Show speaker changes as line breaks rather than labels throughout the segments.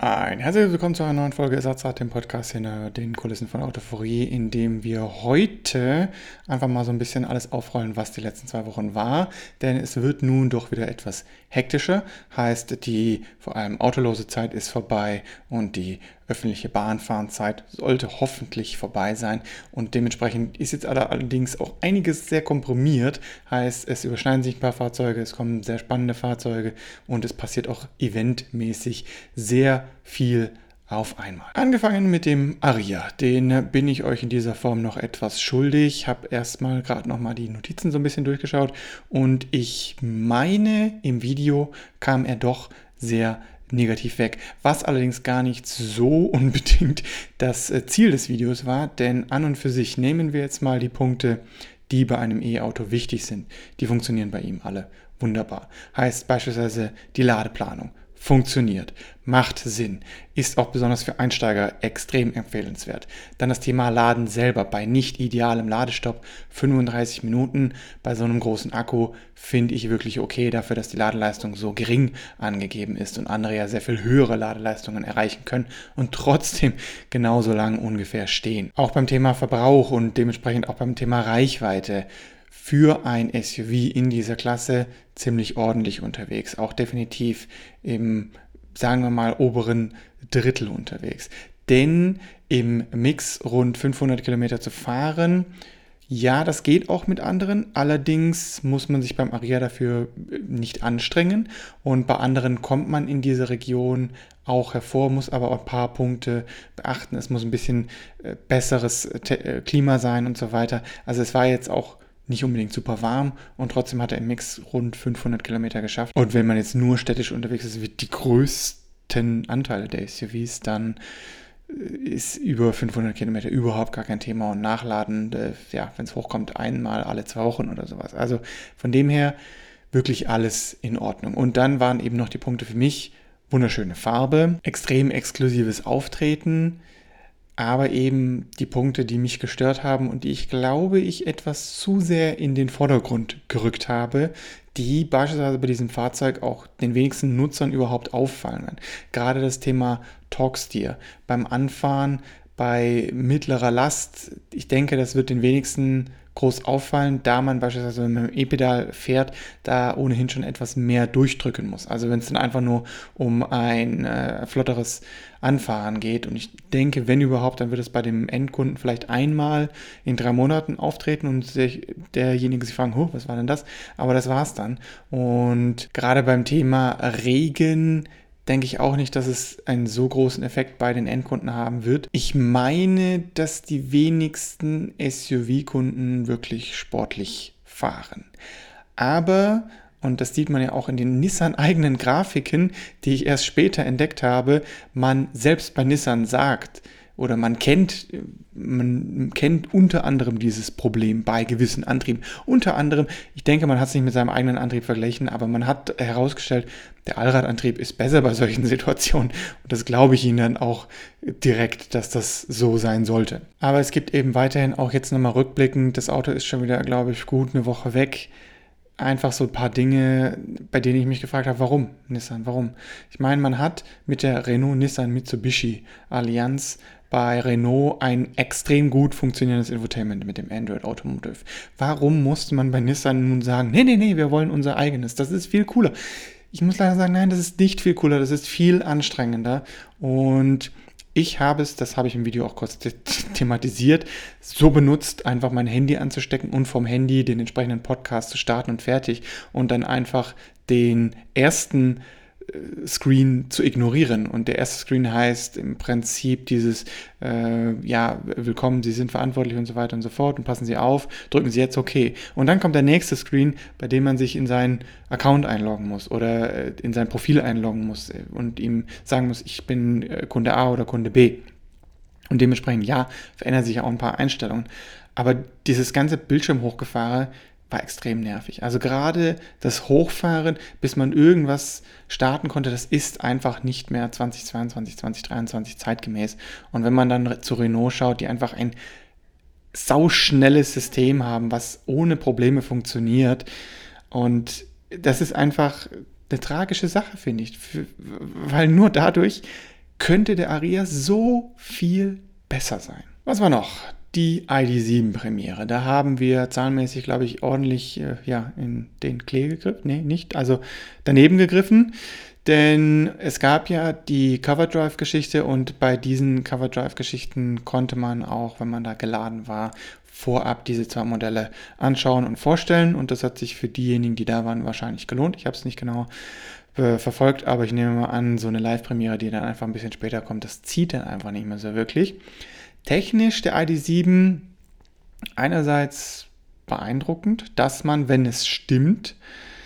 Ein herzliches Willkommen zu einer neuen Folge Ersatzrad, dem Podcast hinter den Kulissen von Autoforie, in dem wir heute einfach mal so ein bisschen alles aufrollen, was die letzten 2 Wochen war. Denn es wird nun doch wieder etwas hektischer. Heißt, die vor allem autolose Zeit ist vorbei und die öffentliche Bahnfahrenzeit sollte hoffentlich vorbei sein. Und dementsprechend ist jetzt allerdings auch einiges sehr komprimiert. Heißt, es überschneiden sich ein paar Fahrzeuge, es kommen sehr spannende Fahrzeuge und es passiert auch eventmäßig sehr viel auf einmal. Angefangen mit dem Ariya, den bin ich euch in dieser Form noch etwas schuldig. Ich habe erstmal gerade nochmal die Notizen so ein bisschen durchgeschaut und ich meine, im Video kam er doch sehr negativ weg, was allerdings gar nicht so unbedingt das Ziel des Videos war, denn an und für sich nehmen wir jetzt mal die Punkte, die bei einem E-Auto wichtig sind. Die funktionieren bei ihm alle wunderbar. Heißt beispielsweise die Ladeplanung. Funktioniert, macht Sinn, ist auch besonders für Einsteiger extrem empfehlenswert. Dann das Thema Laden selber bei nicht idealem Ladestopp, 35 Minuten bei so einem großen Akku finde ich wirklich okay dafür, dass die Ladeleistung so gering angegeben ist und andere ja sehr viel höhere Ladeleistungen erreichen können und trotzdem genauso lang ungefähr stehen. Auch beim Thema Verbrauch und dementsprechend auch beim Thema Reichweite für ein SUV in dieser Klasse ziemlich ordentlich unterwegs. Auch definitiv im, sagen wir mal, oberen Drittel unterwegs. Denn im Mix rund 500 Kilometer zu fahren, ja, das geht auch mit anderen. Allerdings muss man sich beim Ariya dafür nicht anstrengen. Und bei anderen kommt man in diese Region auch hervor, muss aber auch ein paar Punkte beachten. Es muss ein bisschen besseres Klima sein und so weiter. Also es war jetzt auch nicht unbedingt super warm und trotzdem hat er im Mix rund 500 Kilometer geschafft. Und wenn man jetzt nur städtisch unterwegs ist, wie die größten Anteile der SUVs, dann ist über 500 Kilometer überhaupt gar kein Thema und Nachladen, ja, wenn es hochkommt, einmal alle 2 Wochen oder sowas. Also von dem her wirklich alles in Ordnung. Und dann waren eben noch die Punkte für mich: wunderschöne Farbe, extrem exklusives Auftreten, aber eben die Punkte, die mich gestört haben und die ich glaube, ich etwas zu sehr in den Vordergrund gerückt habe, die beispielsweise bei diesem Fahrzeug auch den wenigsten Nutzern überhaupt auffallen. Gerade das Thema Torque-Steer beim Anfahren bei mittlerer Last, ich denke, das wird den wenigsten groß auffallen, da man beispielsweise, wenn man mit dem E-Pedal fährt, da ohnehin schon etwas mehr durchdrücken muss. Also wenn es dann einfach nur um ein flotteres Anfahren geht. Und ich denke, wenn überhaupt, dann wird es bei dem Endkunden vielleicht einmal in 3 Monaten auftreten und derjenige sich fragen, was war denn das? Aber das war's dann. Und gerade beim Thema Regen denke ich auch nicht, dass es einen so großen Effekt bei den Endkunden haben wird. Ich meine, dass die wenigsten SUV-Kunden wirklich sportlich fahren. Aber, und das sieht man ja auch in den Nissan-eigenen Grafiken, die ich erst später entdeckt habe, man selbst bei Nissan sagt, oder man kennt unter anderem dieses Problem bei gewissen Antrieben. Unter anderem, ich denke, man hat es nicht mit seinem eigenen Antrieb verglichen, aber man hat herausgestellt, der Allradantrieb ist besser bei solchen Situationen. Und das glaube ich Ihnen dann auch direkt, dass das so sein sollte. Aber es gibt eben weiterhin auch jetzt nochmal rückblickend, das Auto ist schon wieder, glaube ich, gut eine Woche weg. Einfach so ein paar Dinge, bei denen ich mich gefragt habe, warum Nissan, warum? Ich meine, man hat mit der Renault-Nissan-Mitsubishi-Allianz bei Renault ein extrem gut funktionierendes Infotainment mit dem Android Automotive. Warum musste man bei Nissan nun sagen, nee, wir wollen unser eigenes, das ist viel cooler. Ich muss leider sagen, nein, das ist nicht viel cooler, das ist viel anstrengender und ich habe es, das habe ich im Video auch kurz thematisiert, so benutzt, einfach mein Handy anzustecken und vom Handy den entsprechenden Podcast zu starten und fertig und dann einfach den ersten Screen zu ignorieren. Und der erste Screen heißt im Prinzip dieses, willkommen, Sie sind verantwortlich und so weiter und so fort und passen Sie auf, drücken Sie jetzt OK. Und dann kommt der nächste Screen, bei dem man sich in seinen Account einloggen muss oder in sein Profil einloggen muss und ihm sagen muss, ich bin Kunde A oder Kunde B. Und dementsprechend, ja, verändern sich ja auch ein paar Einstellungen. Aber dieses ganze Bildschirmhochgefahren war extrem nervig. Also gerade das Hochfahren, bis man irgendwas starten konnte, das ist einfach nicht mehr 2022, 2023 zeitgemäß. Und wenn man dann zu Renault schaut, die einfach ein sauschnelles System haben, was ohne Probleme funktioniert. Und das ist einfach eine tragische Sache, finde ich. Weil nur dadurch könnte der Ariya so viel besser sein. Was war noch? Die ID.7-Premiere. Da haben wir zahlenmäßig, glaube ich, ordentlich in den Klee gegriffen. Nee, nicht, also daneben gegriffen. Denn es gab ja die Cover-Drive-Geschichte und bei diesen Cover-Drive-Geschichten konnte man auch, wenn man da geladen war, vorab diese 2 Modelle anschauen und vorstellen. Und das hat sich für diejenigen, die da waren, wahrscheinlich gelohnt. Ich habe es nicht genau verfolgt, aber ich nehme mal an, so eine Live-Premiere, die dann einfach ein bisschen später kommt, das zieht dann einfach nicht mehr so wirklich. Technisch der ID.7 einerseits beeindruckend, dass man, wenn es stimmt,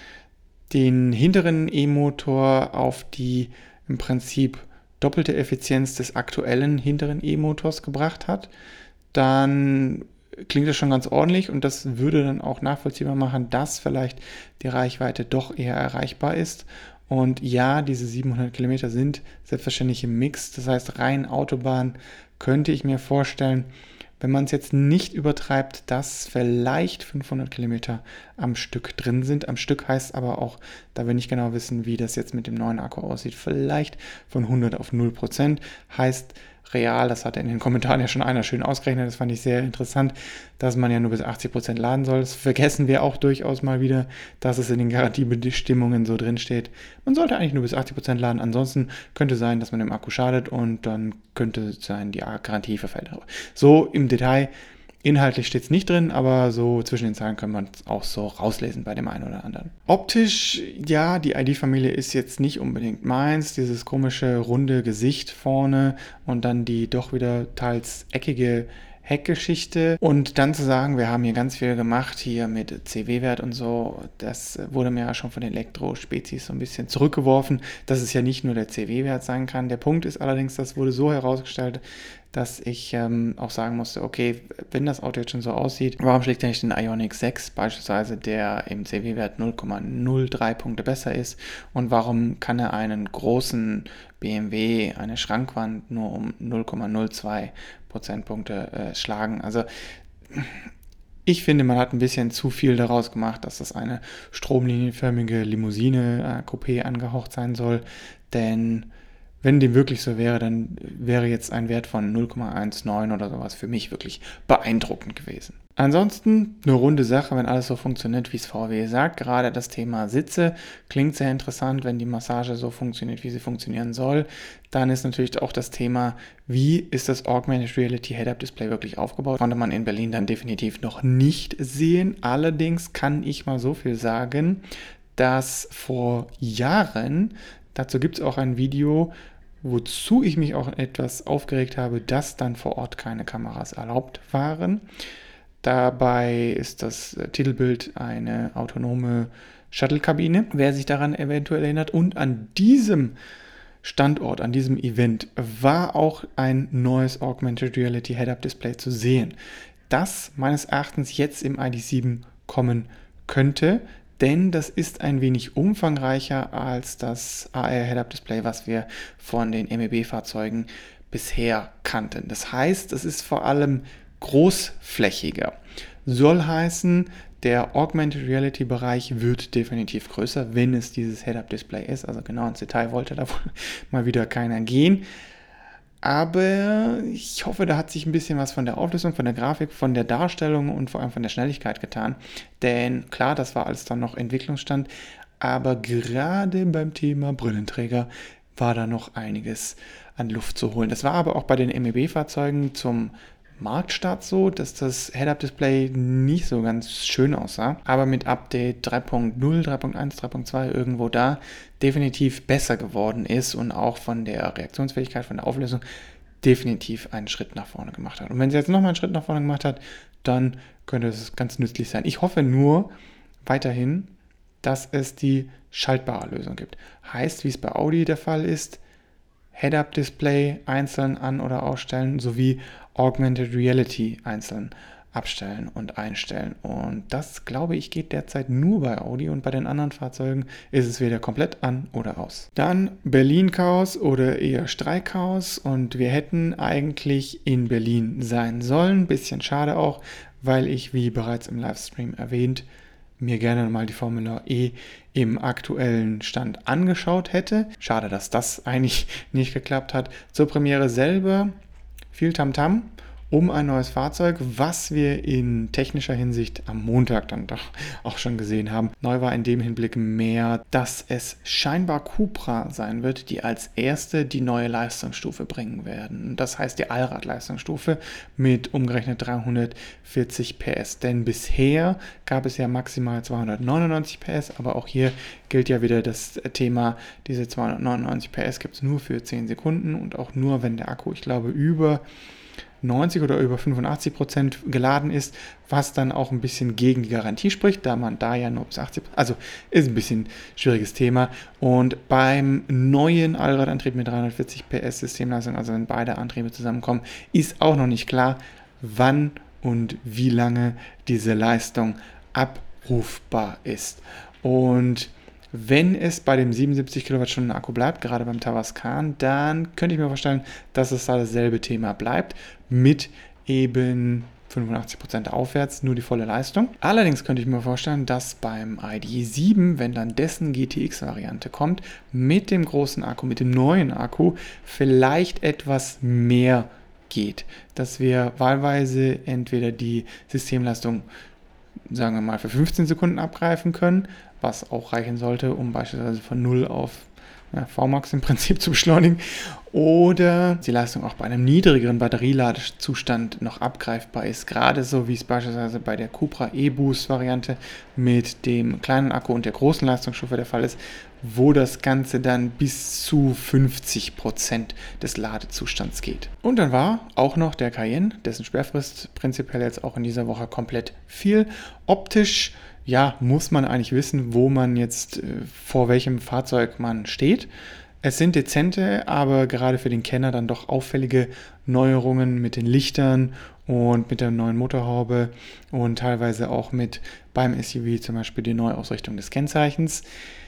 den hinteren E-Motor auf die im Prinzip doppelte Effizienz des aktuellen hinteren E-Motors gebracht hat, dann klingt das schon ganz ordentlich und das würde dann auch nachvollziehbar machen, dass vielleicht die Reichweite doch eher erreichbar ist. Und ja, diese 700 Kilometer sind selbstverständlich im Mix, das heißt rein Autobahn könnte ich mir vorstellen, wenn man es jetzt nicht übertreibt, dass vielleicht 500 Kilometer am Stück drin sind. Am Stück heißt aber auch, da wir nicht genau wissen, wie das jetzt mit dem neuen Akku aussieht, vielleicht von 100 auf 0%. Heißt real, das hat in den Kommentaren ja schon einer schön ausgerechnet, das fand ich sehr interessant, dass man ja nur bis 80% laden soll. Das vergessen wir auch durchaus mal wieder, dass es in den Garantiebestimmungen so drin steht. Man sollte eigentlich nur bis 80% laden, ansonsten könnte sein, dass man dem Akku schadet und dann könnte sein, die Garantie verfällt. So im Detail, inhaltlich steht es nicht drin, aber so zwischen den Zeilen kann man es auch so rauslesen bei dem einen oder anderen. Optisch, ja, die ID.Familie ist jetzt nicht unbedingt meins. Dieses komische runde Gesicht vorne und dann die doch wieder teils eckige Heckgeschichte. Und dann zu sagen, wir haben hier ganz viel gemacht, hier mit CW-Wert und so, das wurde mir ja schon von den Elektro-Spezies so ein bisschen zurückgeworfen, dass es ja nicht nur der CW-Wert sein kann. Der Punkt ist allerdings, das wurde so herausgestellt, dass ich auch sagen musste, okay, wenn das Auto jetzt schon so aussieht, warum schlägt er nicht den Ioniq 6 beispielsweise, der im CW-Wert 0,03 Punkte besser ist und warum kann er einen großen BMW, eine Schrankwand nur um 0,02 Prozentpunkte schlagen? Also ich finde, man hat ein bisschen zu viel daraus gemacht, dass das eine stromlinienförmige Limousine Coupé angehaucht sein soll, denn wenn dem wirklich so wäre, dann wäre jetzt ein Wert von 0,19 oder sowas für mich wirklich beeindruckend gewesen. Ansonsten eine runde Sache, wenn alles so funktioniert, wie es VW sagt. Gerade das Thema Sitze klingt sehr interessant, wenn die Massage so funktioniert, wie sie funktionieren soll. Dann ist natürlich auch das Thema, wie ist das Augmented Reality Head-Up Display wirklich aufgebaut? Konnte man in Berlin dann definitiv noch nicht sehen. Allerdings kann ich mal so viel sagen, dass vor Jahren, dazu gibt es auch ein Video, wozu ich mich auch etwas aufgeregt habe, dass dann vor Ort keine Kameras erlaubt waren. Dabei ist das Titelbild eine autonome Shuttle-Kabine, wer sich daran eventuell erinnert. Und an diesem Standort, an diesem Event, war auch ein neues Augmented Reality Head-Up Display zu sehen, das meines Erachtens jetzt im ID.7 kommen könnte, denn das ist ein wenig umfangreicher als das AR Head-Up Display, was wir von den MEB-Fahrzeugen bisher kannten. Das heißt, es ist vor allem großflächiger. Soll heißen, der Augmented Reality Bereich wird definitiv größer, wenn es dieses Head-Up Display ist. Also genau ins Detail wollte da wohl mal wieder keiner gehen. Aber ich hoffe, da hat sich ein bisschen was von der Auflösung, von der Grafik, von der Darstellung und vor allem von der Schnelligkeit getan. Denn klar, das war alles dann noch Entwicklungsstand, aber gerade beim Thema Brillenträger war da noch einiges an Luft zu holen. Das war aber auch bei den MEB-Fahrzeugen zum Marktstart so, dass das Head-Up-Display nicht so ganz schön aussah, aber mit Update 3.0, 3.1, 3.2 irgendwo da definitiv besser geworden ist und auch von der Reaktionsfähigkeit, von der Auflösung definitiv einen Schritt nach vorne gemacht hat. Und wenn sie jetzt nochmal einen Schritt nach vorne gemacht hat, dann könnte es ganz nützlich sein. Ich hoffe nur weiterhin, dass es die schaltbare Lösung gibt. Heißt, wie es bei Audi der Fall ist, Head-Up-Display einzeln an- oder ausstellen, sowie Augmented Reality einzeln abstellen und einstellen. Und das, glaube ich, geht derzeit nur bei Audi und bei den anderen Fahrzeugen ist es wieder komplett an oder aus. Dann Berlin-Chaos oder eher Streikchaos und wir hätten eigentlich in Berlin sein sollen. Bisschen schade auch, weil ich, wie bereits im Livestream erwähnt, mir gerne mal die Formula E im aktuellen Stand angeschaut hätte. Schade, dass das eigentlich nicht geklappt hat. Zur Premiere selber viel Tamtam um ein neues Fahrzeug, was wir in technischer Hinsicht am Montag dann doch auch schon gesehen haben. Neu war in dem Hinblick mehr, dass es scheinbar Cupra sein wird, die als erste die neue Leistungsstufe bringen werden. Das heißt die Allradleistungsstufe mit umgerechnet 340 PS. Denn bisher gab es ja maximal 299 PS, aber auch hier gilt ja wieder das Thema, diese 299 PS gibt es nur für 10 Sekunden und auch nur, wenn der Akku, ich glaube, über 90 oder über 85% geladen ist, was dann auch ein bisschen gegen die Garantie spricht, da man da ja nur bis 80%, also ist ein bisschen schwieriges Thema. Und beim neuen Allradantrieb mit 340 PS Systemleistung, also wenn beide Antriebe zusammenkommen, ist auch noch nicht klar, wann und wie lange diese Leistung abrufbar ist. Und wenn es bei dem 77 Kilowattstunden Akku bleibt, gerade beim Tavascan, dann könnte ich mir vorstellen, dass es da dasselbe Thema bleibt, mit eben 85% aufwärts, nur die volle Leistung. Allerdings könnte ich mir vorstellen, dass beim ID.7, wenn dann dessen GTX-Variante kommt, mit dem großen Akku, mit dem neuen Akku, vielleicht etwas mehr geht. Dass wir wahlweise entweder die Systemleistung, sagen wir mal, für 15 Sekunden abgreifen können, was auch reichen sollte, um beispielsweise von 0 auf Vmax im Prinzip zu beschleunigen, oder die Leistung auch bei einem niedrigeren Batterieladezustand noch abgreifbar ist, gerade so wie es beispielsweise bei der Cupra E-Boost-Variante mit dem kleinen Akku und der großen Leistungsstufe der Fall ist, wo das Ganze dann bis zu 50% des Ladezustands geht. Und dann war auch noch der Cayenne, dessen Sperrfrist prinzipiell jetzt auch in dieser Woche komplett fiel. Optisch, ja, muss man eigentlich wissen, wo man jetzt vor welchem Fahrzeug man steht. Es sind dezente, aber gerade für den Kenner dann doch auffällige Neuerungen mit den Lichtern und mit der neuen Motorhaube und teilweise auch mit beim SUV zum Beispiel die Neuausrichtung des Kennzeichens.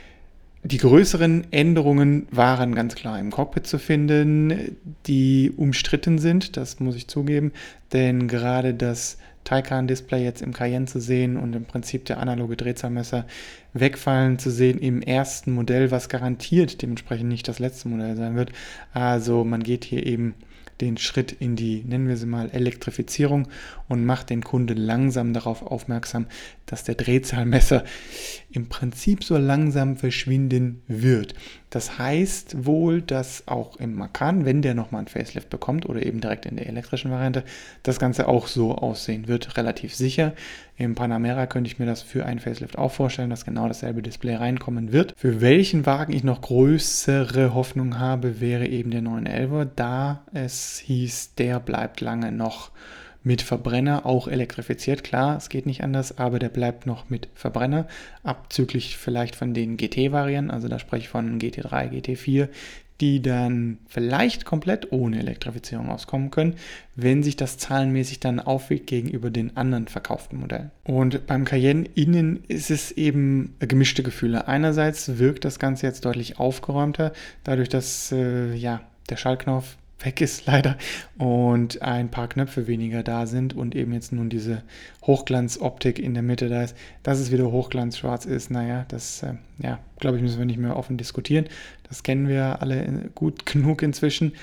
Die größeren Änderungen waren ganz klar im Cockpit zu finden, die umstritten sind, das muss ich zugeben, denn gerade das Taycan-Display jetzt im Cayenne zu sehen und im Prinzip der analoge Drehzahlmesser wegfallen zu sehen im ersten Modell, was garantiert dementsprechend nicht das letzte Modell sein wird. Also man geht hier eben den Schritt in die, nennen wir sie mal, Elektrifizierung und macht den Kunden langsam darauf aufmerksam, dass der Drehzahlmesser im Prinzip so langsam verschwinden wird. Das heißt wohl, dass auch im Macan, wenn der nochmal ein Facelift bekommt oder eben direkt in der elektrischen Variante, das Ganze auch so aussehen wird, relativ sicher. Im Panamera könnte ich mir das für einen Facelift auch vorstellen, dass genau dasselbe Display reinkommen wird. Für welchen Wagen ich noch größere Hoffnung habe, wäre eben der 911er, da es hieß, der bleibt lange noch mit Verbrenner, auch elektrifiziert, klar, es geht nicht anders, aber der bleibt noch mit Verbrenner, abzüglich vielleicht von den GT-Varianten, also da spreche ich von GT3, GT4, die dann vielleicht komplett ohne Elektrifizierung auskommen können, wenn sich das zahlenmäßig dann aufwiegt gegenüber den anderen verkauften Modellen. Und beim Cayenne innen ist es eben gemischte Gefühle. Einerseits wirkt das Ganze jetzt deutlich aufgeräumter, dadurch, dass der Schaltknopf weg ist leider und ein paar Knöpfe weniger da sind und eben jetzt nun diese Hochglanzoptik in der Mitte da ist. Dass es wieder Hochglanzschwarz ist, naja, das, glaube ich, müssen wir nicht mehr offen diskutieren. Das kennen wir alle gut genug inzwischen.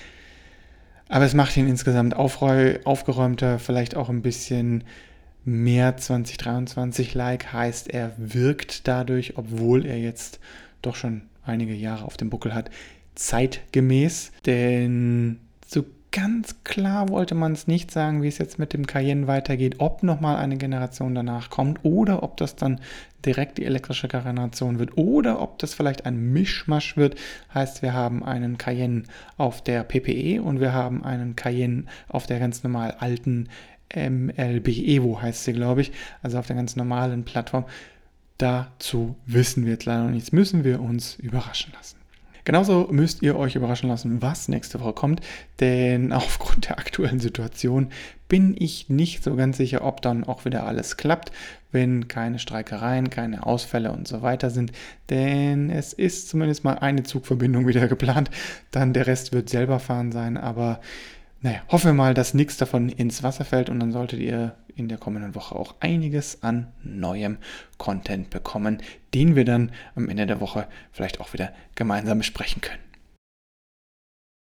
Aber es macht ihn insgesamt aufgeräumter, vielleicht auch ein bisschen mehr 2023-like, heißt er wirkt dadurch, obwohl er jetzt doch schon einige Jahre auf dem Buckel hat, zeitgemäß, denn so ganz klar wollte man es nicht sagen, wie es jetzt mit dem Cayenne weitergeht, ob nochmal eine Generation danach kommt oder ob das dann direkt die elektrische Generation wird oder ob das vielleicht ein Mischmasch wird. Heißt, wir haben einen Cayenne auf der PPE und wir haben einen Cayenne auf der ganz normal alten MLB Evo, heißt sie, glaube ich, also auf der ganz normalen Plattform. Dazu wissen wir jetzt leider noch nichts, müssen wir uns überraschen lassen. Genauso müsst ihr euch überraschen lassen, was nächste Woche kommt, denn aufgrund der aktuellen Situation bin ich nicht so ganz sicher, ob dann auch wieder alles klappt, wenn keine Streikereien, keine Ausfälle und so weiter sind, denn es ist zumindest mal eine Zugverbindung wieder geplant, dann der Rest wird selber fahren sein, aber Naja, hoffen wir mal, dass nichts davon ins Wasser fällt und dann solltet ihr in der kommenden Woche auch einiges an neuem Content bekommen, den wir dann am Ende der Woche vielleicht auch wieder gemeinsam besprechen können.